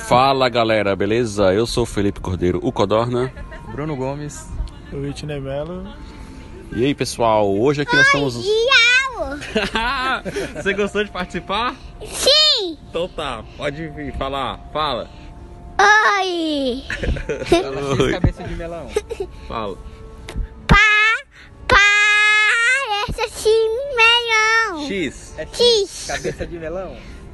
Fala galera, beleza? Eu sou o Felipe Cordeiro, o Codorna. Bruno Gomes. O Whitney Mello. E aí pessoal, hoje aqui nós estamos... Você gostou de participar? Sim! Então tá, pode vir falar, fala. Oi! Fala X cabeça de melão. Fala. Parece assim, melhão! X. É X. cabeça de melão.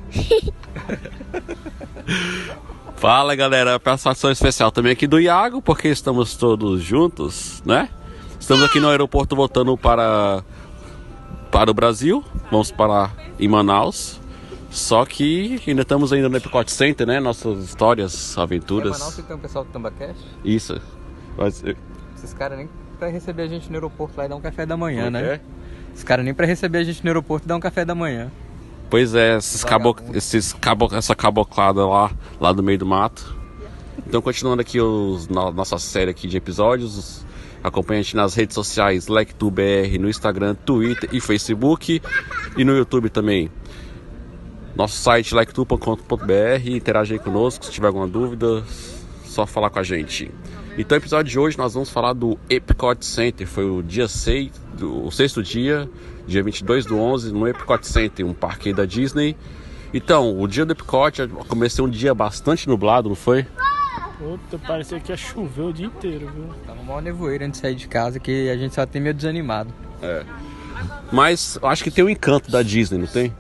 Fala galera, participação especial também aqui do Iago, porque estamos todos juntos, né? Estamos aqui no aeroporto voltando para o Brasil. Vamos parar em Manaus. Só que ainda estamos no Epcot Center, né? Nossas histórias, aventuras. É Manaus que tem o pessoal do Tambacast? Isso. Esses caras nem pra receber a gente no aeroporto lá e dar um café da manhã, Como né? é? Os caras nem pra receber a gente no aeroporto e dar um café da manhã. Pois é, essa caboclada lá do meio do mato. Então, continuando aqui nossa série aqui de episódios, acompanha a gente nas redes sociais LectuBR, no Instagram, Twitter e Facebook, e no YouTube também. Nosso site lectu.com.br, interage aí conosco, se tiver alguma dúvida, só falar com a gente. Então, no episódio de hoje nós vamos falar do Epcot Center. Foi o dia 6, o sexto dia 22/11, no Epcot Center, um parque da Disney. Então, o dia do Epcot começou um dia bastante nublado, não foi? Puta, parecia que ia chover o dia inteiro, viu? Tava uma nevoeira antes de sair de casa que a gente só tem meio desanimado. É. Mas eu acho que tem um encanto da Disney, não tem?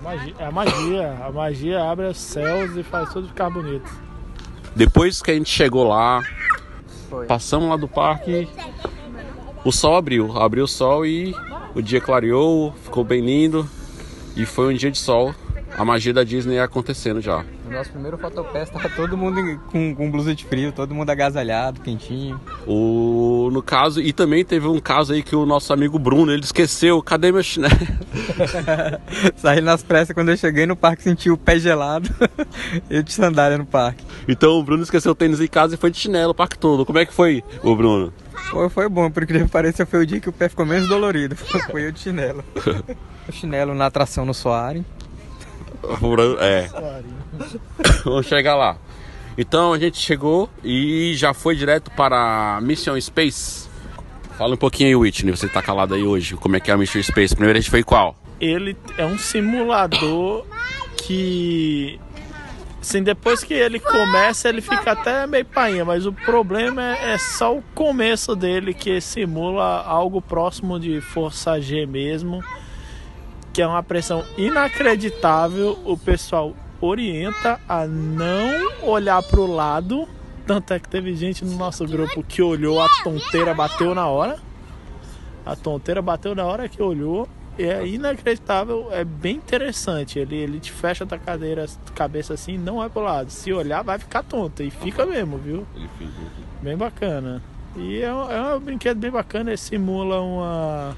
A magia abre os céus e faz tudo ficar bonito. Depois que a gente chegou lá, Foi. passamos lá do parque, o sol abriu o sol e o dia clareou, ficou bem lindo e foi um dia de sol. A magia da Disney acontecendo já. No nosso primeiro Fotopass tava todo mundo com blusa de frio, todo mundo agasalhado, quentinho. No caso, e também teve um caso aí que o nosso amigo Bruno, ele esqueceu, cadê meu chinelo? Saí nas pressas, quando eu cheguei no parque senti o pé gelado. Eu de sandália no parque. Então o Bruno esqueceu o tênis em casa e foi de chinelo o parque todo. Como é que foi, o Bruno? Foi bom, porque parecia foi o dia que o pé ficou menos dolorido. Foi eu de chinelo. O chinelo na atração no Soarin. É. Vamos chegar lá. Então a gente chegou e já foi direto para a Mission Space. Fala um pouquinho aí, Whitney, você tá calado aí hoje. Como é que é a Mission Space? Primeiro a gente foi qual? Ele é um simulador que... Assim, depois que ele começa, ele fica até meio painha. Mas o problema é só o começo dele, que simula algo próximo de Força G mesmo. Que é uma pressão inacreditável. O pessoal orienta a não olhar pro lado. Tanto é que teve gente no nosso grupo que olhou, a tonteira bateu na hora. A tonteira bateu na hora que olhou. É inacreditável, é bem interessante. Ele te fecha a cabeça assim, não é pro lado. Se olhar, vai ficar tonta. E fica mesmo, viu? Bem bacana. E é um brinquedo bem bacana. Ele simula uma...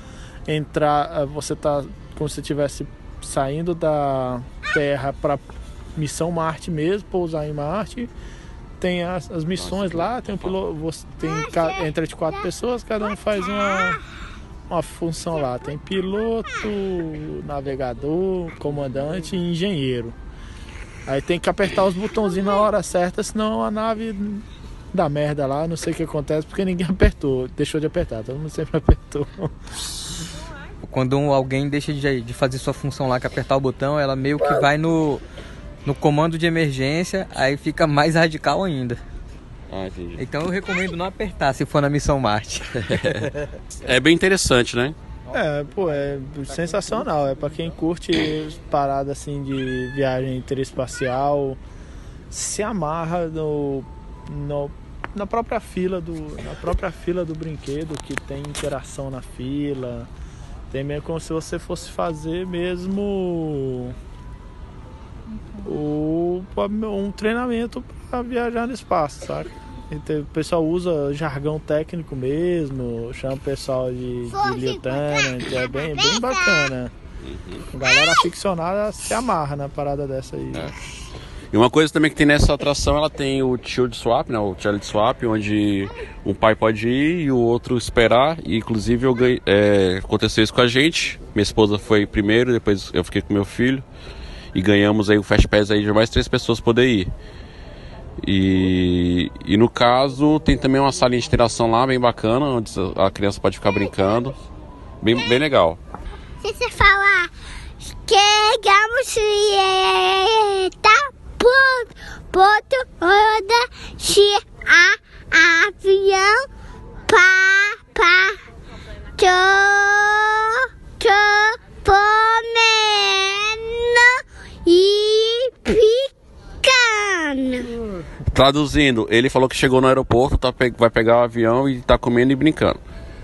Você tá como se estivesse saindo da Terra para missão Marte mesmo, pousar em Marte. Tem as missões lá, tem um piloto, você entra de 4 pessoas, cada um faz uma função lá. Tem piloto, navegador, comandante e engenheiro. Aí tem que apertar os botãozinhos na hora certa, senão a nave dá merda lá. Não sei o que acontece porque ninguém apertou, deixou de apertar, todo mundo sempre apertou. Quando alguém deixa de fazer sua função lá, que apertar o botão, ela meio que vai no comando de emergência, aí fica mais radical ainda. Ah, entendi. Então eu recomendo não apertar se for na missão Marte. É bem interessante, né? É sensacional. É pra quem curte parada assim de viagem interespacial, se amarra na própria fila do brinquedo, que tem interação na fila. Tem meio como se você fosse fazer mesmo um treinamento para viajar no espaço, sabe? Então, o pessoal usa jargão técnico mesmo, chama o pessoal de lieutenant, é bem bacana. A galera aficionada se amarra na parada dessa aí. E uma coisa também que tem nessa atração, ela tem o Child Swap, né, o Child Swap, onde um pai pode ir e o outro esperar. E, inclusive aconteceu isso com a gente. Minha esposa foi primeiro, depois eu fiquei com meu filho. e ganhamos aí o Fast Pass aí de mais 3 pessoas poder ir. E no caso tem também uma salinha de interação lá bem bacana, onde a criança pode ficar brincando, bem legal. Se você falar, chegamos e tá ponto roda se a avião pa comendo e picando. Traduzindo, ele falou que chegou no aeroporto, vai pegar o avião e tá comendo e brincando.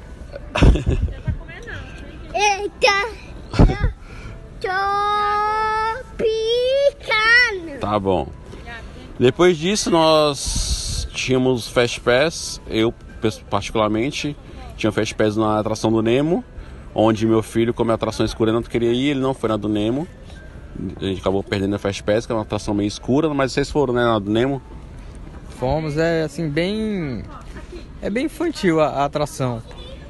Eita, tô picando. Tá bom. Depois disso nós tínhamos Fast Pass, eu particularmente tinha Fast Pass na atração do Nemo, onde meu filho, como é atração escura, não queria ir, ele não foi na do Nemo. A gente acabou perdendo a Fast Pass, que é uma atração meio escura, mas vocês foram, né, na do Nemo? Fomos, assim, bem infantil a atração.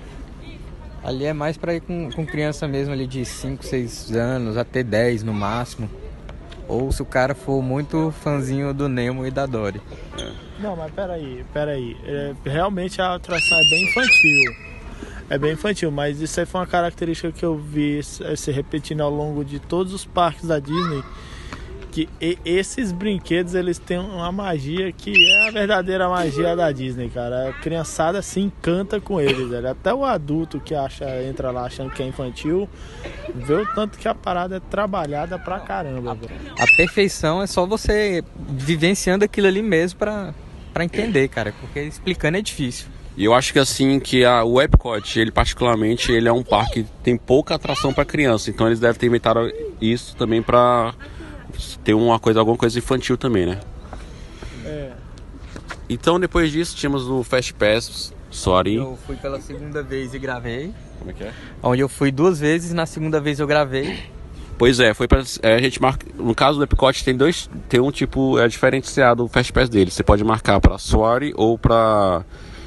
Ali é mais pra ir com criança mesmo ali de 5, 6 anos, até 10 no máximo. Ou se o cara for muito fãzinho do Nemo e da Dory. Não, mas peraí. Realmente a atração é bem infantil. É bem infantil, mas isso aí foi uma característica que eu vi se repetindo ao longo de todos os parques da Disney. Que esses brinquedos, eles têm uma magia que é a verdadeira magia da Disney, cara. A criançada se encanta com eles, velho. Até o adulto que entra lá achando que é infantil, vê o tanto que a parada é trabalhada pra caramba, velho. A perfeição é só você vivenciando aquilo ali mesmo pra entender, cara. Porque explicando é difícil. E eu acho que assim, que o Epcot, ele particularmente, ele é um parque que tem pouca atração pra criança. Então eles devem ter inventado isso também pra ter alguma coisa infantil também, né? É. Então depois disso tínhamos o Fast Pass Soarin. Eu fui pela segunda vez e gravei. Como é que é? Onde eu fui 2 vezes, na segunda vez eu gravei. Pois é, foi pra a gente marca. No caso do Epcot tem um tipo diferenciado o Fast Pass dele. Você pode marcar pra Soarin ou pra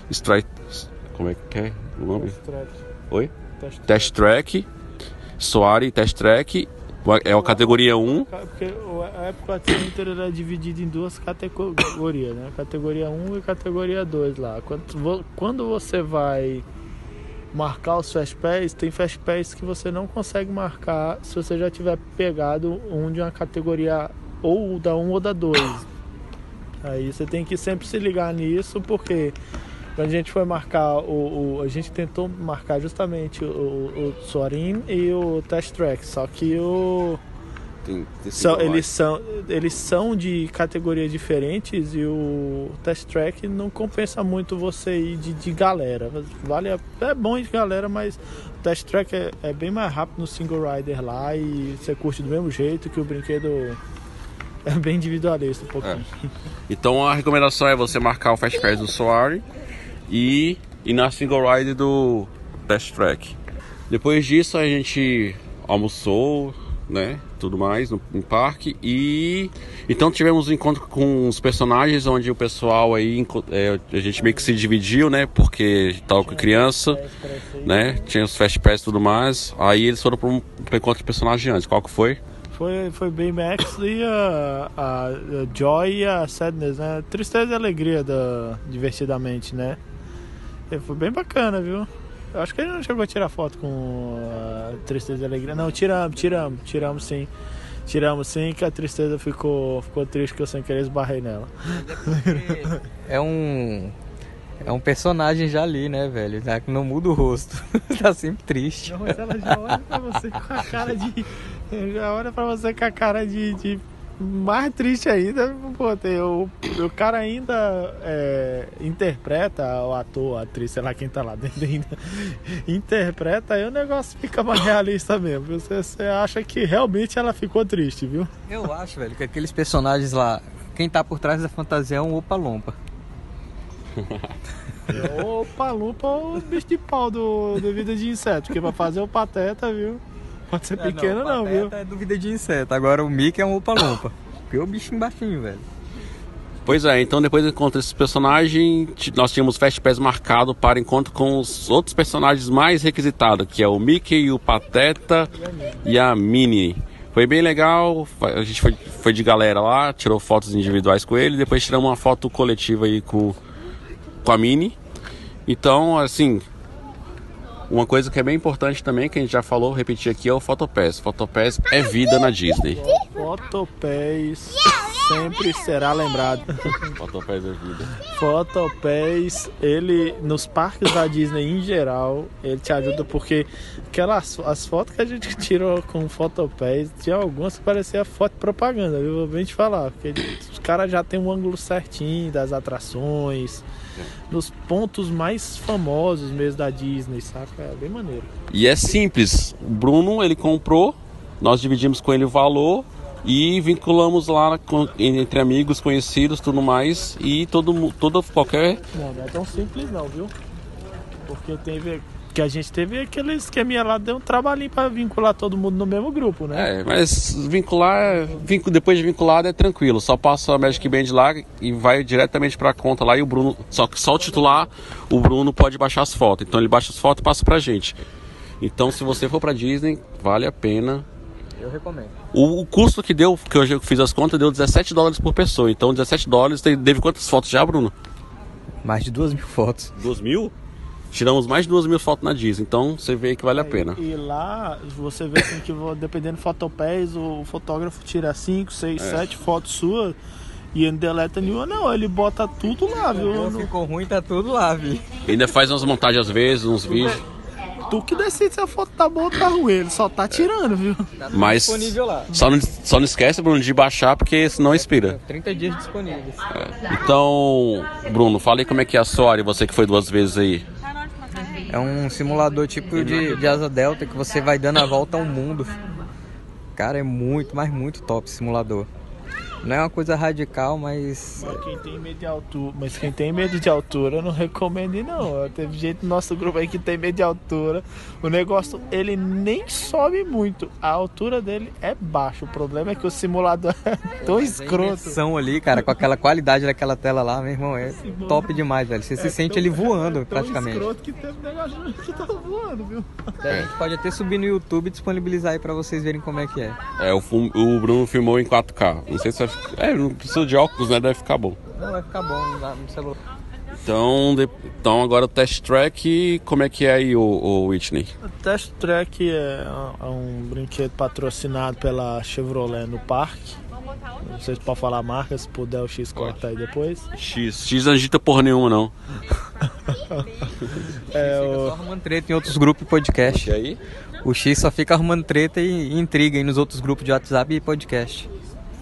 como é que é o nome? Oi? Test Track. Soarin, Test Track. É a categoria 1. Porque a Epcot Center era dividido em 2 categorias, né? Categoria 1 e categoria 2 lá. Quando você vai marcar os Fast Pass, tem Fast Pass que você não consegue marcar se você já tiver pegado um de uma categoria ou da 1 ou da 2. Aí você tem que sempre se ligar nisso, porque quando a gente foi marcar a gente tentou marcar justamente o Soarin e o Test Track, só que eles são de categorias diferentes e o Test Track não compensa muito você ir de galera. É bom ir de galera, mas o Test Track é bem mais rápido no single rider lá e você curte do mesmo jeito, que o brinquedo é bem individualista um pouquinho. Então a recomendação é você marcar o Fast Pass do Soarin e na single ride do Test Track. Depois disso a gente almoçou, né, tudo mais no parque, e então tivemos um encontro com os personagens, onde o pessoal aí a gente meio que se dividiu, né, porque tava com criança, né, tinha os Fast Pass e tudo mais. Aí eles foram para um encontro de personagens antes. Qual que foi? Foi bem Max e a Joy e a Sadness, né? Tristeza e alegria Divertidamente, né? E foi bem bacana, viu? Eu acho que ele não chegou a tirar foto com a Tristeza e alegria. Não, tiramos sim. Tiramos sim, que a Tristeza ficou triste que eu sem querer esbarrei nela. É um personagem já ali, né, velho? Não muda o rosto. Tá sempre triste. Não, mas ela já olha pra você com a cara de... Já olha pra você com a cara de mais triste ainda. Pô, o cara ainda interpreta, o ator, a atriz, sei lá quem tá lá dentro ainda, interpreta, aí o negócio fica mais realista mesmo. Você acha que realmente ela ficou triste, viu? Eu acho, velho, que aqueles personagens lá, quem tá por trás da fantasia é um Opa-Lompa. O Opa-Lompa é o bicho de pau do Vida de Inseto, porque pra fazer o Pateta, viu? Pode ser pequeno não, viu? O Pateta é do Vida de Inseto, agora o Mickey é um Opa-Lompa. Porque é o bichinho baixinho, velho. Pois é, então depois do encontro desses personagens, nós tínhamos Fast Pass marcado para encontro com os outros personagens mais requisitados, que é o Mickey, o Pateta e a Minnie. Foi bem legal, a gente foi de galera lá, tirou fotos individuais com ele, depois tiramos uma foto coletiva aí com a Minnie. Então, assim, uma coisa que é bem importante também, que a gente já falou, repetir aqui, é o Photopass. Photopass é vida na Disney. Photopass sempre será lembrado. Photopass é vida. Photopass, ele nos parques da Disney em geral, ele te ajuda porque as fotos que a gente tirou com Photopass, tinha algumas que pareciam foto de propaganda, viu? Vou bem te falar, porque os caras já tem um ângulo certinho das atrações, nos pontos mais famosos mesmo da Disney, saca? É bem maneiro. E é simples, o Bruno, ele comprou, nós dividimos com ele o valor e vinculamos lá entre amigos, conhecidos, tudo mais, e qualquer... Não é tão simples não, viu? Porque que a gente teve aquele esqueminha lá, deu um trabalhinho pra vincular todo mundo no mesmo grupo, né? Mas depois de vinculado é tranquilo, só passa a Magic Band lá e vai diretamente pra conta lá, e o Bruno, só o titular, o Bruno pode baixar as fotos, então ele baixa as fotos e passa pra gente. Então se você for pra Disney, vale a pena. Eu recomendo. O custo que deu, que eu fiz as contas, deu $17 por pessoa, então $17 teve quantas fotos já, Bruno? Mais de 2.000 fotos. 2.000? Tiramos mais de 2.000 fotos na Disney, então você vê que vale a pena. E lá você vê assim que dependendo do Photopass, o fotógrafo tira 5, 6, 7 fotos suas e ele não deleta nenhuma, não. Ele bota tudo lá, viu? Ficou ruim, tá tudo lá, viu? Ainda faz umas montagens às vezes, uns vídeos. Tu que decide se a foto tá boa ou tá ruim, ele só tá tirando, viu? Mas disponível lá. Só não esquece, Bruno, de baixar, porque senão expira. 30 dias disponíveis. Então, Bruno, fala aí como é que é a sua área, você que foi 2 vezes aí. É um simulador tipo de asa delta que você vai dando a volta ao mundo. Cara, é muito, mas muito top esse simulador. Não é uma coisa radical, mas quem tem medo de altura, eu não recomendo ir, não. Teve gente no nosso grupo aí que tem medo de altura. O negócio, ele nem sobe muito. A altura dele é baixa. O problema é que o simulador é tão escroto. São ali, cara, com aquela qualidade daquela tela lá, meu irmão, é top demais, velho. Você se sente ele voando, praticamente. É tão escroto que teve um negócio que tá voando, viu? A gente pode até subir no YouTube e disponibilizar aí pra vocês verem como é que é. O Bruno filmou em 4K. Não sei se vai... não precisa de óculos, né? Deve ficar bom. Não, vai ficar bom no celular. Então agora o Test Track, como é que é aí, o Whitney? O Test Track é um brinquedo patrocinado pela Chevrolet no parque. Não sei se pode falar a marca, se puder o X corta aí depois. X não agita porra nenhuma, não. Só arrumando treta em outros grupos de podcast. E aí? O X só fica arrumando treta e intriga aí nos outros grupos de WhatsApp e podcast.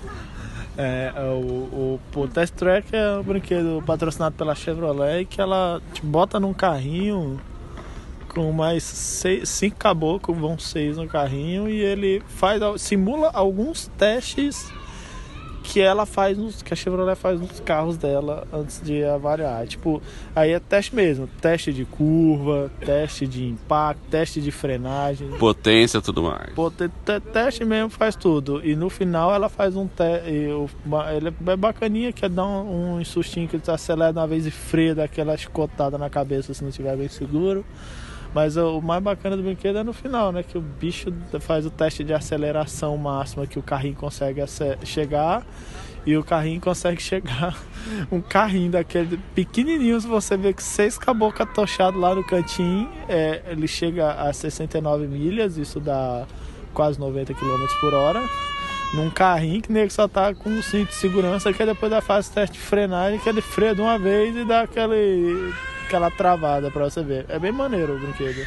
O Test Track é um brinquedo patrocinado pela Chevrolet que ela te bota num carrinho com mais 5 caboclos, vão 6 no carrinho, e ele simula alguns testes que a Chevrolet faz nos carros dela antes de avaliar. Tipo, aí é teste mesmo, teste de curva, teste de impacto, teste de frenagem, potência, tudo mais. Teste mesmo, faz tudo. E no final ela faz um teste. Ele é bacaninha, que é dar um sustinho que tu acelera de uma vez e freia, daquela chicotada na cabeça se não estiver bem seguro. Mas o mais bacana do brinquedo é no final, né? Que o bicho faz o teste de aceleração máxima que o carrinho consegue chegar. E o carrinho consegue chegar. Um carrinho daquele pequenininho, se você vê que 6 caboclos atochados lá no cantinho, ele chega a 69 milhas, isso dá quase 90 km por hora. Num carrinho que nego só tá com um cinto de segurança, que depois da fase de teste de frenagem, que ele freia de uma vez e dá aquela travada pra você ver. É bem maneiro o brinquedo.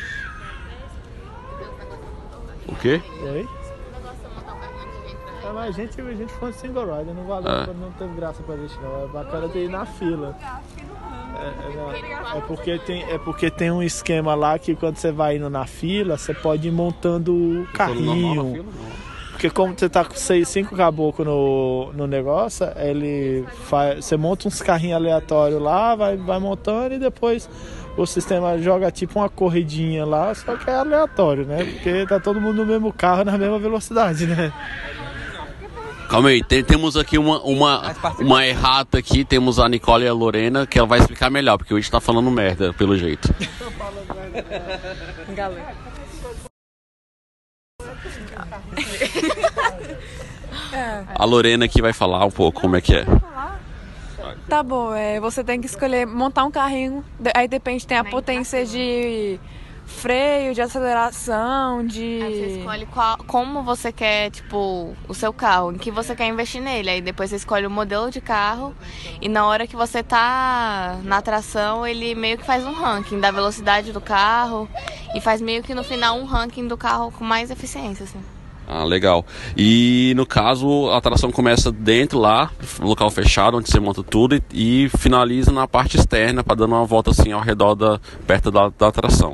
O quê? Oi? A gente foi um single rider, não valeu, não teve graça pra gente não. É bacana de ir na fila. É porque tem um esquema lá que quando você vai indo na fila, você pode ir montando o carrinho. Porque como você tá com 5 caboclos no negócio, você monta uns carrinhos aleatórios lá, vai montando, e depois o sistema joga tipo uma corridinha lá, só que é aleatório, né? Porque tá todo mundo no mesmo carro, na mesma velocidade, né? Calma aí, temos aqui uma errata aqui, temos a Nicole e a Lorena, que ela vai explicar melhor, porque hoje tá falando merda, pelo jeito. Galera. A Lorena aqui vai falar um pouco como é que é. Tá bom, você tem que escolher, montar um carrinho, aí depende, tem a potência de freio, de aceleração, Aí você escolhe como você quer, tipo, o seu carro, em que você quer investir nele. Aí depois você escolhe o modelo de carro e na hora que você tá na atração, ele meio que faz um ranking da velocidade do carro e faz meio que no final um ranking do carro com mais eficiência, assim. Ah, legal. E no caso, a atração começa dentro lá, no local fechado, onde você monta tudo e finaliza na parte externa, para dando uma volta assim ao redor perto da atração.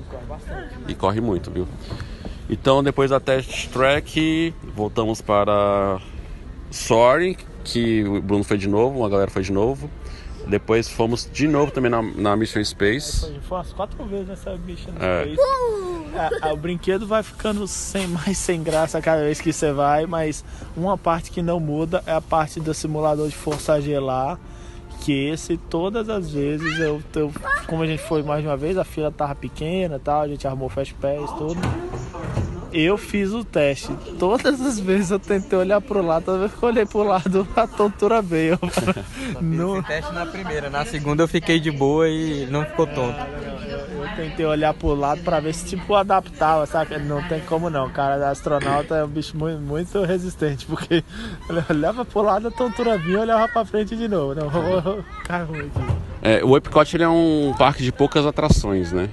E corre muito, viu? Então, depois da Test Track, voltamos para Soaring, que o Bruno foi de novo, a galera foi de novo. Depois fomos de novo também na Mission Space. Foi umas 4 vezes nessa Mission Space. O brinquedo vai ficando mais sem graça cada vez que você vai, mas uma parte que não muda é a parte do simulador de força G lá. Que todas as vezes, como a gente foi mais de uma vez, a fila tava pequena e tal, a gente armou Fast Pass, tudo. Eu fiz o teste. Todas as vezes eu tentei olhar pro lado, toda vez que eu olhei pro lado, a tontura veio. Esse teste na primeira, na segunda eu fiquei de boa e não ficou tonto. Eu tentei olhar pro lado pra ver se tipo adaptava, sabe? Não tem como não, cara, astronauta é um bicho muito, muito resistente, porque ele olhava pro lado, a tontura vinha e olhava pra frente de novo. Não, cara, ruim. O Epcot ele é um parque de poucas atrações, né?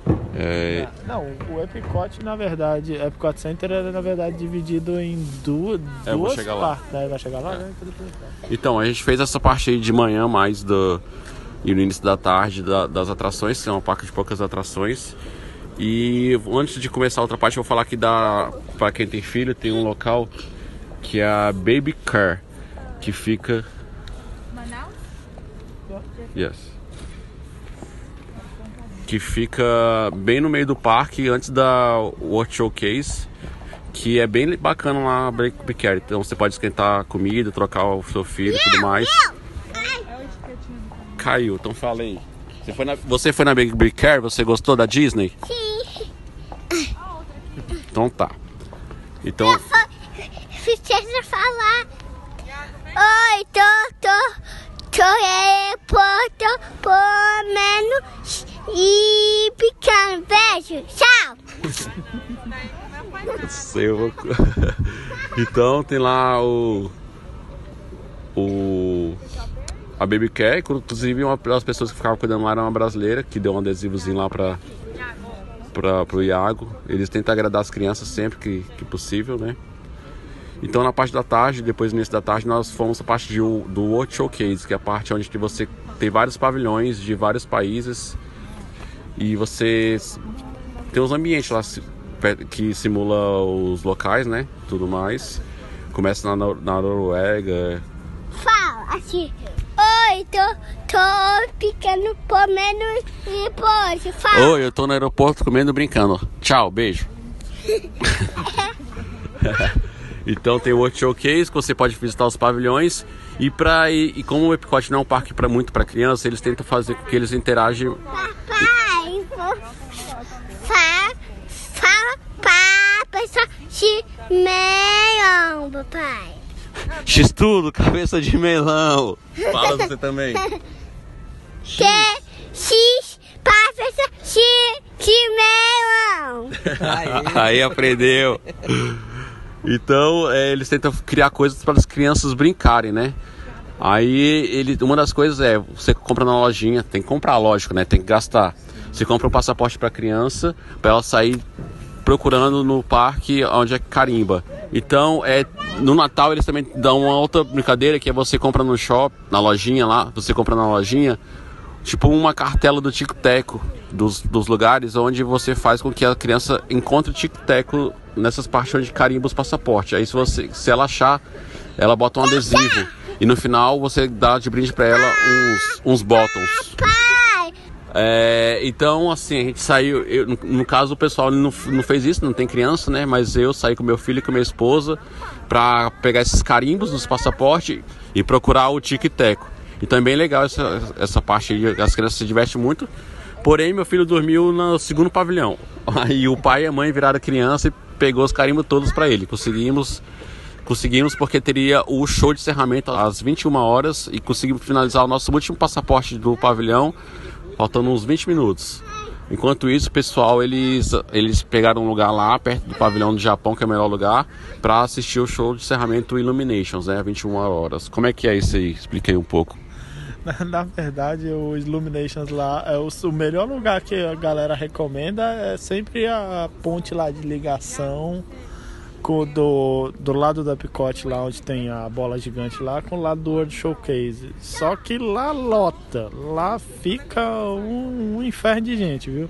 Não, o Epcot, na verdade, o Epcot Center era, na verdade, dividido em duas partes, né? Vai chegar lá, né? Então, a gente fez essa parte aí de manhã mais e no início da tarde das atrações, que é um parque de poucas atrações. E antes de começar a outra parte, eu vou falar que para quem tem filho, tem um local que é a Baby Car, que fica... Manaus? Yes. Que fica bem no meio do parque, antes da World Showcase, que é bem bacana lá, Baby Car. Então você pode esquentar comida, trocar o seu filho e tudo mais. Caiu, então fala aí. Você foi na Baby Car? Você gostou da Disney? Sim. Então tá. Então... Precisa falar. Oi, tô comendo e picando. Beijo, tchau. Então tem lá a Baby Car, inclusive uma das pessoas que ficavam cuidando lá era uma brasileira, que deu um adesivozinho lá pro Iago. Eles tentam agradar as crianças sempre que possível, né? Então na parte da tarde, depois do início da tarde, nós fomos a parte do World Showcase, que é a parte onde você tem vários pavilhões de vários países e você tem os ambientes lá que simula os locais, né? Tudo mais. Começa na Noruega. Fala assim. Oi, tô picando, comendo e depois. Fala. Oi, eu tô no aeroporto comendo, brincando. Tchau, beijo. Então tem o World Showcase, que você pode visitar os pavilhões. E como o Epcot não é um parque muito para criança, eles tentam fazer com que eles interagem. Papai, fala pra pessoa de melão, papai. X tudo, cabeça de melão. Fala você também. X pra pessoa de melão. Aí aprendeu. Então, eles tentam criar coisas para as crianças brincarem, né? Aí, uma das coisas é, você compra na lojinha, tem que comprar, lógico, né? Tem que gastar. Você compra um passaporte para a criança, para ela sair procurando no parque onde é que carimba. Então, no Natal eles também dão uma outra brincadeira, que é você compra no shopping, na lojinha lá, você compra na lojinha, tipo uma cartela do Tico-Teco dos lugares onde você faz com que a criança encontre o Tico-Teco nessas partes onde carimba os passaportes. Aí se ela achar, ela bota um adesivo e no final você dá de brinde pra ela uns bottoms. Então assim, a gente saiu, no caso o pessoal não fez isso, não tem criança, né? Mas eu saí com meu filho e com minha esposa pra pegar esses carimbos dos passaportes e procurar o Tico-Teco. Então é bem legal essa parte aí, as crianças se divertem muito. Porém, meu filho dormiu no segundo pavilhão. Aí o pai e a mãe viraram criança e pegou os carimbos todos pra ele. Conseguimos Conseguimos porque teria o show de encerramento às 21 horas e conseguimos finalizar o nosso último passaporte do pavilhão, faltando uns 20 minutos. Enquanto isso, o pessoal, eles pegaram um lugar lá, perto do pavilhão do Japão, que é o melhor lugar, para assistir o show de encerramento Illuminations, né, às 21 horas. Como é que é isso aí? Explica aí um pouco. Na verdade, o Illuminations lá é o melhor lugar que a galera recomenda, é sempre a ponte lá de ligação do lado da Epcot, lá onde tem a bola gigante lá, com o lado do World Showcase. Só que lá lota, lá fica um inferno de gente, viu?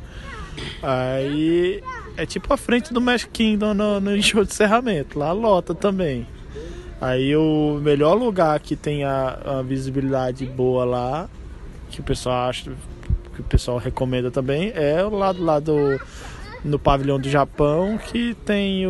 Aí é tipo a frente do Magic Kingdom no show de encerramento, lá lota também. Aí o melhor lugar que tem a visibilidade boa lá, que o pessoal acha, que o pessoal recomenda também, é o lado lá no pavilhão do Japão, que tem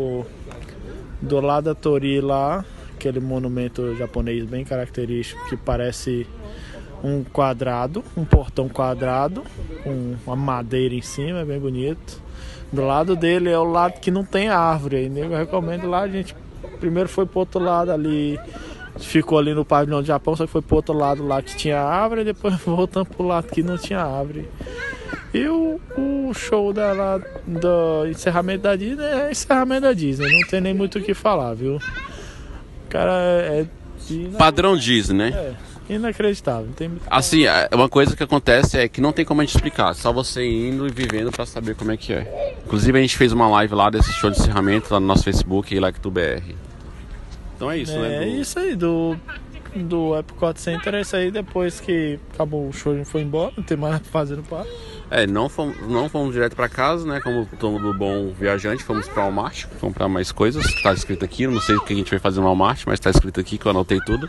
do lado da Torii lá, aquele monumento japonês bem característico que parece um quadrado, um portão quadrado com uma madeira em cima, é bem bonito. Do lado dele é o lado que não tem árvore, aí eu recomendo lá, a gente primeiro foi pro outro lado ali, ficou ali no pavilhão do Japão, só que foi pro outro lado lá que tinha árvore, e depois voltando pro lado que não tinha árvore. E o show do encerramento da Disney é encerramento da Disney, não tem nem muito o que falar, viu? O cara é padrão Disney, né? É, inacreditável. Não tem muito assim, uma coisa que acontece é que não tem como a gente explicar, só você indo e vivendo pra saber como é que é. Inclusive a gente fez uma live lá desse show de encerramento lá no nosso Facebook, LikeToBR. Então é isso, né? É isso aí, do Epcot Center, é isso aí. Depois que acabou o show, a gente foi embora, não tem mais nada pra fazer no parque. Não fomos direto pra casa, né? Como todo bom viajante, fomos pra Walmart comprar mais coisas. Tá escrito aqui, não sei o que a gente vai fazer no Walmart, mas tá escrito aqui que eu anotei tudo.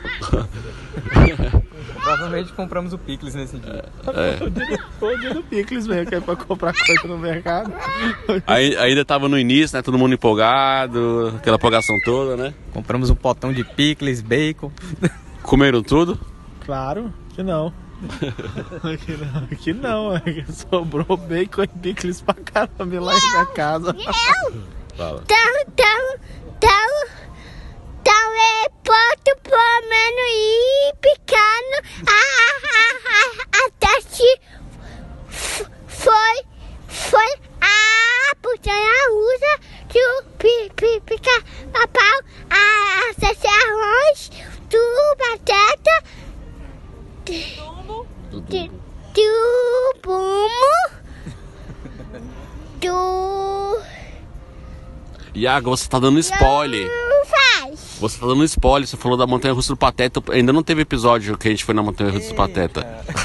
Provavelmente compramos o Pickles nesse dia. Foi o dia do Pickles mesmo, que é pra comprar coisa no mercado. Ainda tava no início, né? Todo mundo empolgado, aquela empolgação toda, né? Compramos um potão de Pickles, bacon. Comeram tudo? Claro que não. Aqui não, sobrou bacon e Pickles pra caramba lá em minha casa. Fala. Então é posso pelo menos ir picando até se foi a putanha usa que o pica papau acessar arroz do batata do bumo do Iago, você tá dando spoiler. Você tá dando spoiler, você falou da Montanha Russa do Pateta. Ainda não teve episódio que a gente foi na Montanha Russa do Pateta.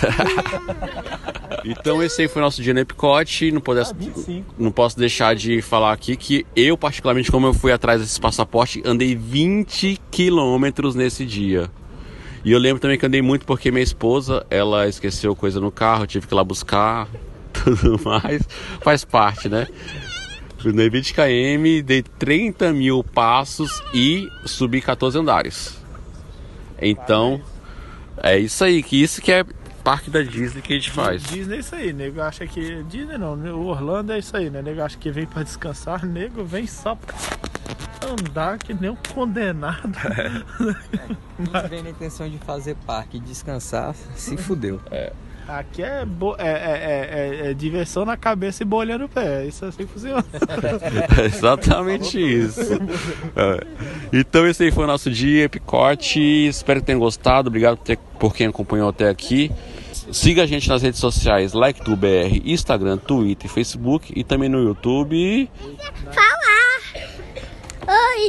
Então esse aí foi o nosso dia no Epcot. Não posso deixar de falar aqui que eu, particularmente, como eu fui atrás desse passaporte, andei 20 quilômetros nesse dia. E eu lembro também que andei muito porque minha esposa, ela esqueceu coisa no carro, eu tive que ir lá buscar, tudo mais. Faz parte, né? Andei 20 km, dei 30 mil passos e subi 14 andares. Então, é isso aí, isso que é parque da Disney que a gente faz. Disney é isso aí, nego acha que... Disney não, o Orlando é isso aí, né? Nego acha que vem pra descansar, nego vem só pra andar que nem um condenado. Não vem na intenção de fazer parque e descansar, se fudeu. Aqui é diversão na cabeça e bolha no pé. Isso assim funciona. É exatamente isso. Então esse aí foi o nosso dia, Epcot. Espero que tenham gostado. Obrigado por quem acompanhou até aqui. Siga a gente nas redes sociais, LikeToBR, Instagram, Twitter, Facebook e também no YouTube. Falar. Oi,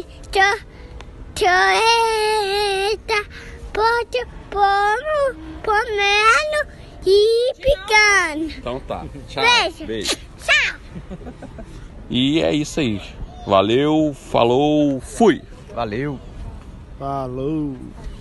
pode pomelo e picando. Então tá. Tchau. Beijo. Tchau. E é isso aí. Valeu, falou, fui. Valeu. Falou.